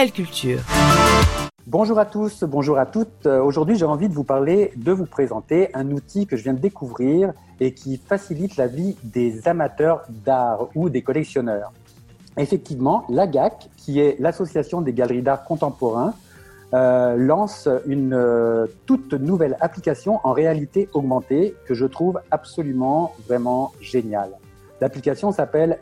Nouvelle Culture. Bonjour à tous, bonjour à toutes. Aujourd'hui, j'ai envie de vous présenter un outil que je viens de découvrir et qui facilite la vie des amateurs d'art ou des collectionneurs. Effectivement, l'AGAC, qui est l'Association des galeries d'art contemporain, lance une toute nouvelle application en réalité augmentée que je trouve absolument vraiment géniale. L'application s'appelle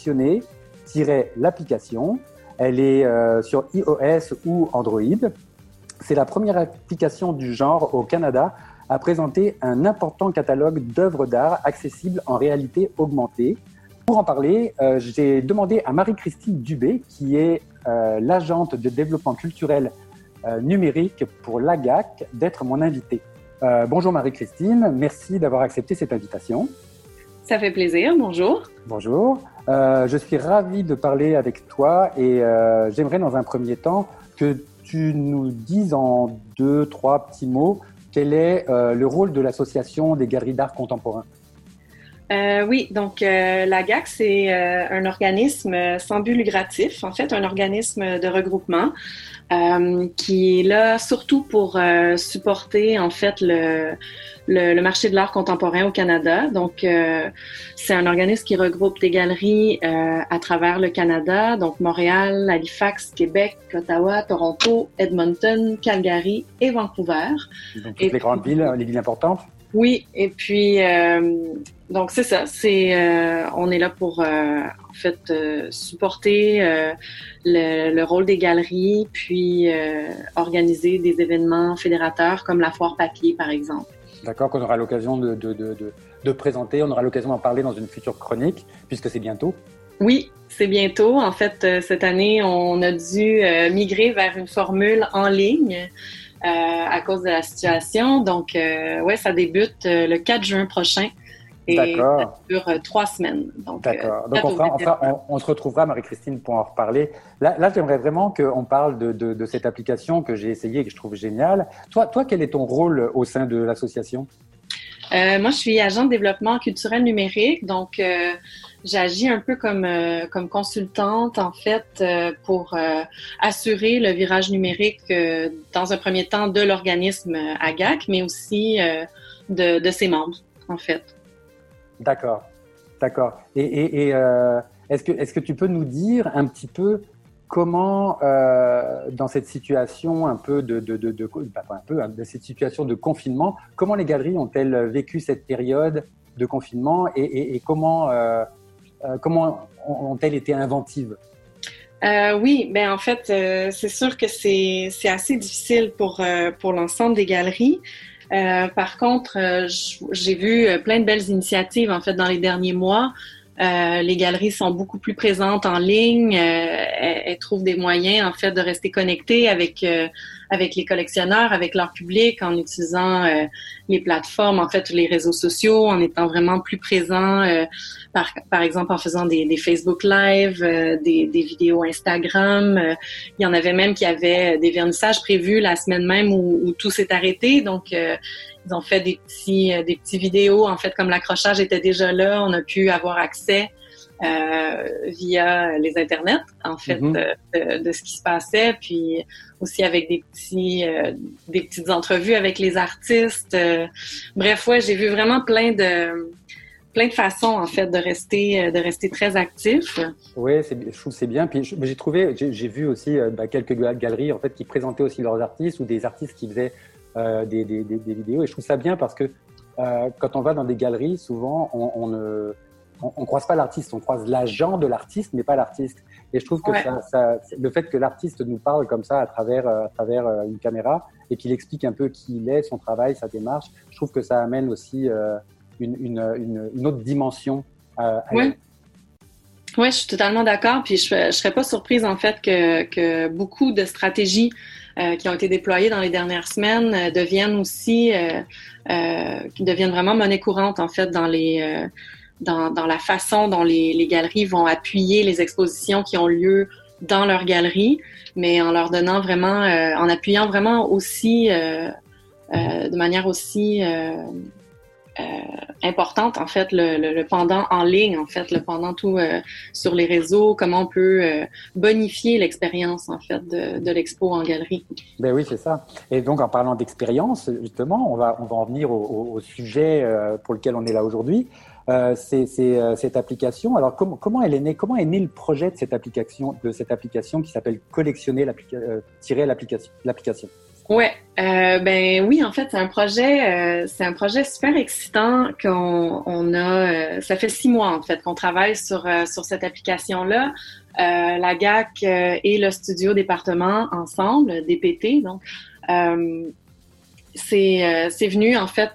Collectionner-l'application. Elle est sur iOS ou Android. C'est la première application du genre au Canada à présenter un important catalogue d'œuvres d'art accessibles en réalité augmentée. Pour en parler, j'ai demandé à Marie-Christine Dubé, qui est l'agente de développement culturel numérique pour l'AGAC, d'être mon invitée. Bonjour Marie-Christine, merci d'avoir accepté cette invitation. Ça fait plaisir, bonjour. Bonjour, je suis ravi de parler avec toi et j'aimerais dans un premier temps que tu nous dises en 2-3 petits mots quel est le rôle de l'Association des galeries d'art contemporain. Oui, donc l'AGAC, c'est un organisme sans but lucratif, en fait, un organisme de regroupement qui est là surtout pour supporter, en fait, le marché de l'art contemporain au Canada. Donc, c'est un organisme qui regroupe des galeries à travers le Canada, donc Montréal, Halifax, Québec, Ottawa, Toronto, Edmonton, Calgary et Vancouver. Donc, toutes les grandes villes, les villes importantes? Oui, et puis donc c'est ça, on est là pour en fait supporter le rôle des galeries, puis organiser des événements fédérateurs comme la foire papier par exemple. D'accord, qu'on aura l'occasion de présenter, on aura l'occasion d'en parler dans une future chronique puisque c'est bientôt. Oui, c'est bientôt. En fait, cette année, on a dû migrer vers une formule en ligne. À cause de la situation. Donc, ouais, ça débute le 4 juin prochain et ça dure 3 semaines. Donc, d'accord. Donc, on se retrouvera, Marie-Christine, pour en reparler. Là, j'aimerais vraiment qu'on parle de cette application que j'ai essayée et que je trouve géniale. Toi, quel est ton rôle au sein de l'association? Moi, je suis agent de développement culturel numérique, donc j'agis un peu comme consultante en fait pour assurer le virage numérique dans un premier temps de l'organisme AGAC, mais aussi de ses membres en fait. D'accord. Et est-ce que tu peux nous dire un petit peu comment, dans cette situation un peu de cette situation de confinement, comment les galeries ont-elles vécu cette période de confinement et comment ont-elles été inventives? Oui, ben en fait, c'est sûr que c'est assez difficile pour l'ensemble des galeries. Par contre, j'ai vu plein de belles initiatives en fait dans les derniers mois. Les galeries sont beaucoup plus présentes en ligne. Elles trouvent des moyens en fait de rester connectées avec les collectionneurs, avec leur public, en utilisant les plateformes, en fait les réseaux sociaux, en étant vraiment plus présents, par exemple en faisant des Facebook Live, des vidéos Instagram. Il y en avait même qui avaient des vernissages prévus la semaine même où tout s'est arrêté. Donc ils ont fait des petits vidéos, en fait, comme l'accrochage était déjà là, on a pu avoir accès via les internets, en fait, de ce qui se passait, puis aussi avec des petites entrevues avec les artistes. Bref, ouais, j'ai vu vraiment plein de façons, en fait, de rester très actif. Oui, je trouve que c'est bien. Puis j'ai vu aussi quelques galeries, en fait, qui présentaient aussi leurs artistes ou des artistes qui faisaient des vidéos, et je trouve ça bien parce que quand on va dans des galeries, souvent on croise pas l'artiste, on croise l'agent de l'artiste, mais pas l'artiste. Et je trouve que le fait que l'artiste nous parle comme ça à travers une caméra et qu'il explique un peu qui il est, son travail, sa démarche, je trouve que ça amène aussi une autre dimension à Oui, je suis totalement d'accord. Puis je serais pas surprise en fait que beaucoup de stratégies qui ont été déployées dans les dernières semaines deviennent vraiment monnaie courante en fait dans la façon dont les galeries vont appuyer les expositions qui ont lieu dans leur galerie, mais en leur donnant vraiment, en appuyant vraiment aussi de manière aussi importante, en fait, le pendant en ligne, en fait, le pendant tout sur les réseaux, comment on peut bonifier l'expérience, en fait, de l'expo en galerie. Ben oui, c'est ça. Et donc, en parlant d'expérience, justement, on va en venir au sujet pour lequel on est là aujourd'hui. C'est cette application. Alors, comment elle est née? Comment est né le projet de cette application qui s'appelle Collectionner l'application? Ouais, ben oui, en fait, c'est un projet super excitant qu'on a. Ça fait 6 mois en fait qu'on travaille sur cette application-là. La GAC et le studio département ensemble, DPT. Donc, c'est venu en fait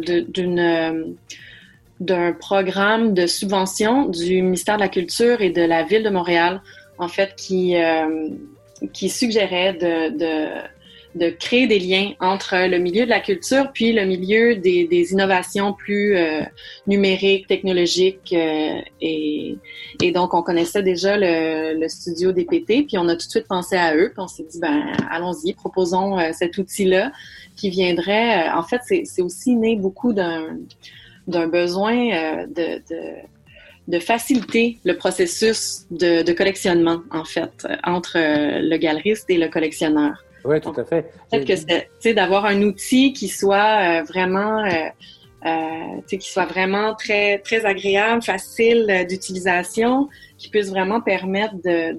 d'un programme de subvention du ministère de la Culture et de la Ville de Montréal, en fait, qui suggérait de créer des liens entre le milieu de la culture puis le milieu des innovations plus numériques, technologiques. Et donc, on connaissait déjà le studio DPT, puis on a tout de suite pensé à eux, puis on s'est dit, ben allons-y, proposons cet outil-là qui viendrait... en fait, c'est aussi né beaucoup d'un besoin de faciliter le processus de collectionnement, en fait, entre le galeriste et le collectionneur. Oui, tout à fait. Peut-être que c'est d'avoir un outil qui soit vraiment très très agréable, facile d'utilisation, qui puisse vraiment permettre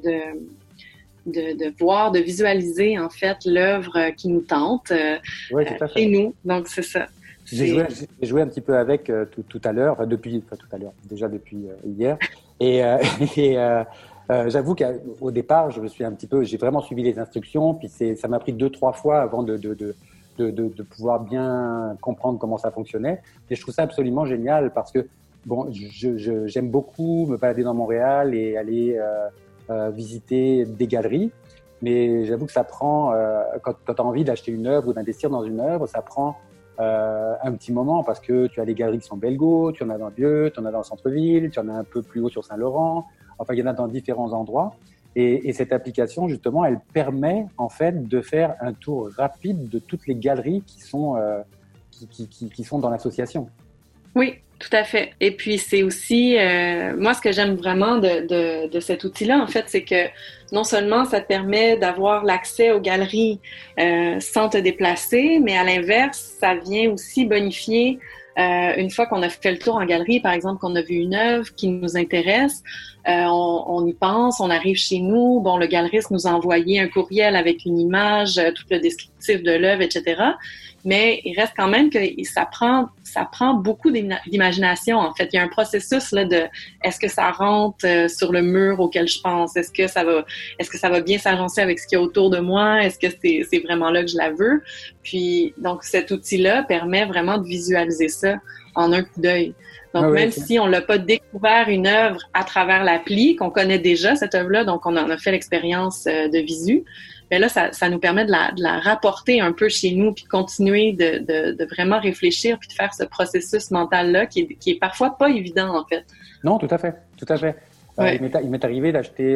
de voir, de visualiser en fait l'œuvre qui nous tente chez nous. Donc c'est ça. J'ai joué un petit peu avec tout à l'heure, déjà depuis hier. Et j'avoue qu'au départ, j'ai vraiment suivi les instructions, puis ça m'a pris 2-3 fois avant de pouvoir bien comprendre comment ça fonctionnait. Et je trouve ça absolument génial parce que bon, j'aime beaucoup me balader dans Montréal et aller visiter des galeries. Mais j'avoue que ça prend, quand tu as envie d'acheter une œuvre ou d'investir dans une œuvre, ça prend un petit moment parce que tu as les galeries qui sont Bellegault, tu en as dans Dieu, tu en as dans le centre-ville, tu en as un peu plus haut sur Saint-Laurent. Enfin, il y en a dans différents endroits. Et cette application, justement, elle permet en fait de faire un tour rapide de toutes les galeries qui sont dans l'association. Oui, tout à fait. Et puis c'est aussi, moi ce que j'aime vraiment de cet outil-là, en fait, c'est que non seulement ça te permet d'avoir l'accès aux galeries sans te déplacer, mais à l'inverse, ça vient aussi bonifier une fois qu'on a fait le tour en galerie, par exemple, qu'on a vu une œuvre qui nous intéresse, on y pense, on arrive chez nous, bon, le galeriste nous a envoyé un courriel avec une image, tout le descriptif de l'œuvre, etc. Mais il reste quand même que ça prend beaucoup d'imagination, en fait. Il y a un processus là de est-ce que ça rentre sur le mur auquel je pense? Est-ce que ça va bien s'agencer avec ce qu'il y a autour de moi? Est-ce que c'est vraiment là que je la veux? Puis, donc, cet outil-là permet vraiment de visualiser ça en un coup d'œil. Donc, même si on l'a pas découvert une œuvre à travers l'appli, qu'on connaît déjà cette œuvre-là, donc on en a fait l'expérience de visu, mais là, ça nous permet de la rapporter un peu chez nous, puis de continuer de vraiment réfléchir, puis de faire ce processus mental-là qui est parfois pas évident, en fait. Non, tout à fait, tout à fait. Ouais. Il m'est arrivé d'acheter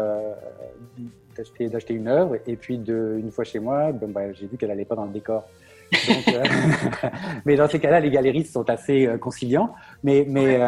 une œuvre, et puis une fois chez moi, j'ai vu qu'elle allait pas dans le décor. Donc, mais dans ces cas-là, les galeristes sont assez conciliants. Mais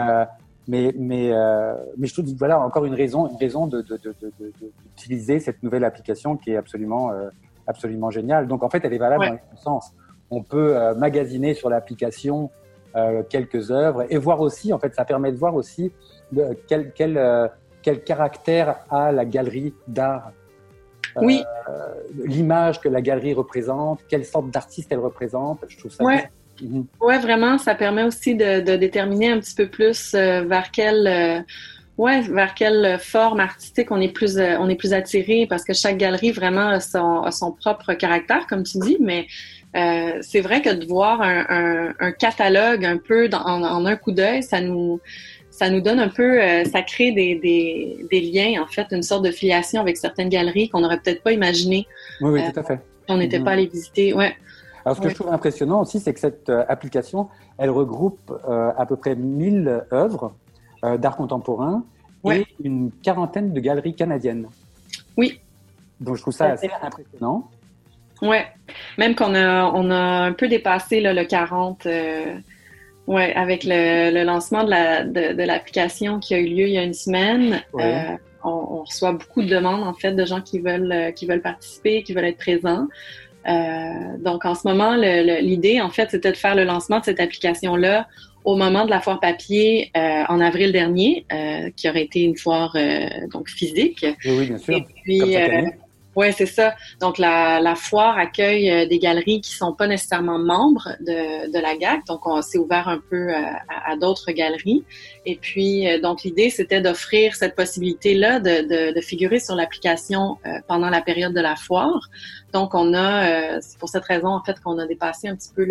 je trouve, voilà, encore une raison d'utiliser cette nouvelle application qui est absolument géniale. Donc, en fait, elle est valable dans les deux sens. On peut magasiner sur l'application quelques œuvres et voir aussi, en fait, ça permet de voir aussi quel caractère a la galerie d'art. Oui. L'image que la galerie représente, quelle sorte d'artiste elle représente. Je trouve ça Ouais, vraiment, ça permet aussi de déterminer un petit peu plus vers quelle forme artistique on est plus attiré, parce que chaque galerie vraiment a son propre caractère, comme tu dis, mais c'est vrai que de voir un catalogue un peu en un coup d'œil, ça nous donne un peu, ça crée des liens, en fait, une sorte de filiation avec certaines galeries qu'on n'aurait peut-être pas imaginé. Oui, tout à fait. On n'était pas allé visiter, ouais. Alors, ce que je trouve impressionnant aussi, c'est que cette application, elle regroupe à peu près 1000 œuvres d'art contemporain et une quarantaine de galeries canadiennes. Oui. Donc, je trouve ça assez impressionnant. Ouais. Même qu'on a un peu dépassé là, le 40 Ouais, avec le lancement de l'application qui a eu lieu il y a une semaine, Oui. on reçoit beaucoup de demandes en fait de gens qui veulent participer, qui veulent être présents. Donc en ce moment, l'idée en fait, c'était de faire le lancement de cette application-là au moment de la foire papier en avril dernier, qui aurait été une foire donc physique. Oui, oui, bien sûr, Et puis comme chaque année. ouais, c'est ça. Donc, la foire accueille des galeries qui sont pas nécessairement membres de la GAC. Donc, on s'est ouvert un peu à d'autres galeries. Et puis, donc, l'idée, c'était d'offrir cette possibilité-là de figurer sur l'application pendant la période de la foire. Donc, c'est pour cette raison, en fait, qu'on a dépassé un petit peu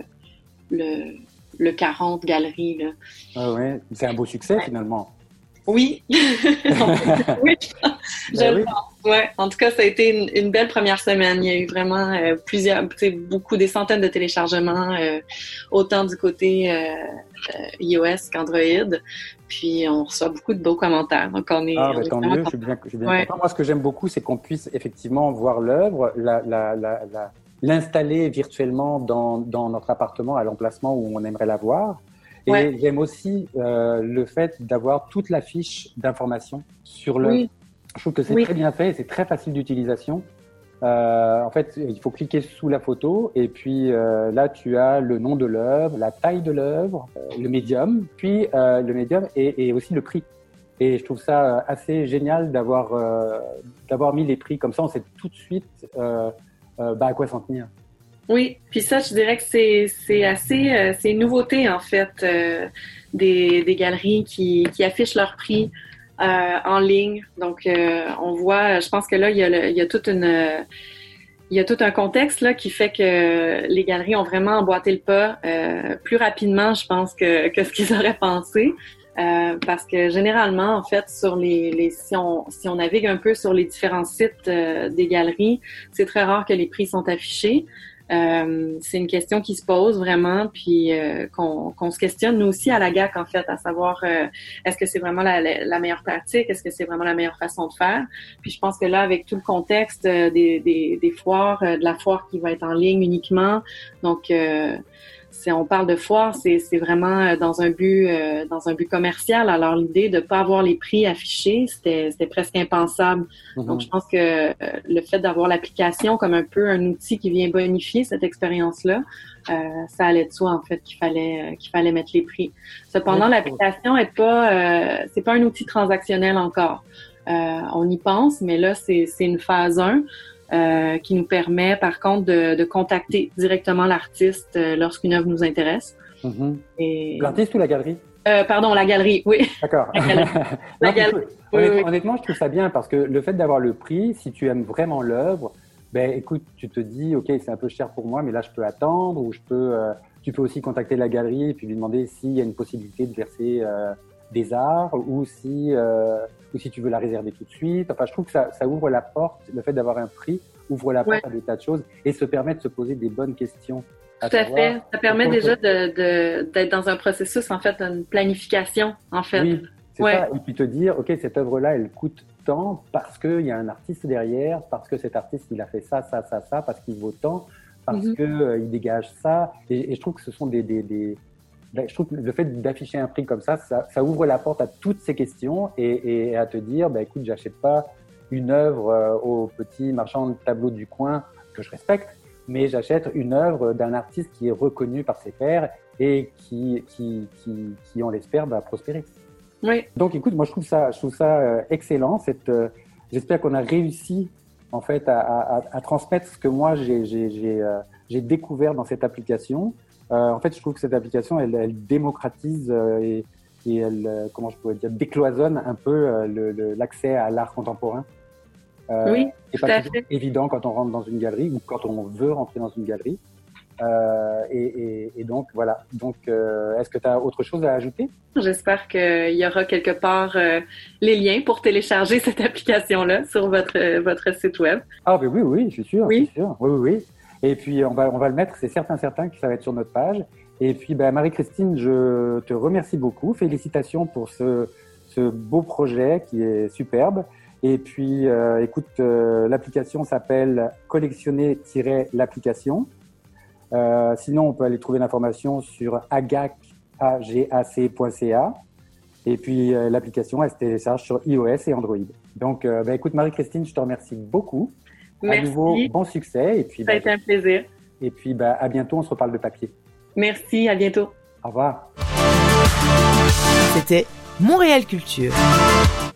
le 40 galeries, là. Ah ouais, c'est un beau succès finalement. Oui. Oui, Ben je le oui. pense. Ouais. En tout cas, ça a été une belle première semaine. Il y a eu vraiment des centaines de téléchargements, autant du côté iOS qu'Android. Puis on reçoit beaucoup de beaux commentaires. Donc Ah, on est tant vraiment mieux, contents. je suis bien Ouais. content. Moi, ce que j'aime beaucoup, c'est qu'on puisse effectivement voir l'œuvre, l'installer virtuellement dans notre appartement à l'emplacement où on aimerait la voir. Ouais. Et j'aime aussi le fait d'avoir toute la fiche d'information sur l'œuvre. Oui. Je trouve que c'est Oui. très bien fait et c'est très facile d'utilisation. En fait, il faut cliquer sous la photo et puis là, tu as le nom de l'œuvre, la taille de l'œuvre, le médium, puis le médium et aussi le prix. Et je trouve ça assez génial d'avoir mis les prix comme ça. On sait tout de suite à quoi s'en tenir. Oui, puis ça, je dirais que c'est assez c'est une nouveauté en fait des galeries qui affichent leurs prix en ligne. Donc on voit, je pense que là il y a tout un contexte là qui fait que les galeries ont vraiment emboîté le pas plus rapidement, je pense que ce qu'ils auraient pensé. Parce que généralement, en fait, si on navigue un peu sur les différents sites des galeries, c'est très rare que les prix sont affichés. C'est une question qui se pose vraiment, puis qu'on se questionne nous aussi à la GAC en fait, à savoir est-ce que c'est vraiment la meilleure pratique, est-ce que c'est vraiment la meilleure façon de faire. Puis je pense que là, avec tout le contexte des foires, de la foire qui va être en ligne uniquement, donc on parle de foire, c'est vraiment dans un but commercial. Alors l'idée de pas avoir les prix affichés, c'était presque impensable. Donc je pense que le fait d'avoir l'application comme un peu un outil qui vient bonifier cette expérience-là, ça allait de soi en fait qu'il fallait mettre les prix. Cependant, l'application c'est pas un outil transactionnel encore. On y pense, mais là c'est une phase 1. Qui nous permet par contre de contacter directement l'artiste lorsqu'une œuvre nous intéresse. Et... L'artiste ou la galerie? Pardon, la galerie, oui. D'accord. La galerie. Honnêtement, je trouve ça bien parce que le fait d'avoir le prix, si tu aimes vraiment l'œuvre, ben écoute, tu te dis, ok, c'est un peu cher pour moi, mais là je peux attendre, ou tu peux aussi contacter la galerie et puis lui demander s'il y a une possibilité de verser des arts ou si tu veux la réserver tout de suite. Enfin, je trouve que ça ouvre la porte, le fait d'avoir un prix ouvre la porte à des tas de choses et se permet de se poser des bonnes questions. Tout à fait. Ça permet déjà d'être dans un processus, en fait, une planification, en fait. Oui, c'est ça. Et puis te dire, ok, cette œuvre-là, elle coûte tant parce qu'il y a un artiste derrière, parce que cet artiste, il a fait ça, parce qu'il vaut tant, parce qu'il dégage ça. Et je trouve que ce sont je trouve que le fait d'afficher un prix comme ça ouvre la porte à toutes ces questions et à te dire, écoute, j'achète pas une œuvre au petit marchand de tableaux du coin que je respecte, mais j'achète une œuvre d'un artiste qui est reconnu par ses pairs et qui on l'espère, va prospérer. Oui. Donc, écoute, moi, je trouve ça excellent. J'espère qu'on a réussi, en fait, à transmettre ce que moi, j'ai découvert dans cette application. En fait, je trouve que cette application, elle démocratise et elle, comment je pourrais dire, décloisonne un peu l'accès à l'art contemporain. Oui, c'est pas toujours évident quand on rentre dans une galerie ou quand on veut rentrer dans une galerie. Et donc, voilà. Donc, est-ce que tu as autre chose à ajouter? J'espère qu'il y aura quelque part les liens pour télécharger cette application-là sur votre site web. Ah, ben oui, je suis sûr. Oui. Je suis sûr. Oui. Et puis, on va le mettre, c'est certain que ça va être sur notre page. Et puis, Marie-Christine, je te remercie beaucoup. Félicitations pour ce beau projet qui est superbe. Et puis, écoute, l'application s'appelle Collectionner-l'application. Sinon, on peut aller trouver l'information sur agac.org. magac.ca. Et puis, l'application, elle se télécharge sur iOS et Android. Donc, écoute, Marie-Christine, je te remercie beaucoup. Merci. À nouveau, bon succès. Et puis, ça a été un plaisir. Et puis, à bientôt, on se reparle de papier. Merci, à bientôt. Au revoir. C'était Montréal Culture.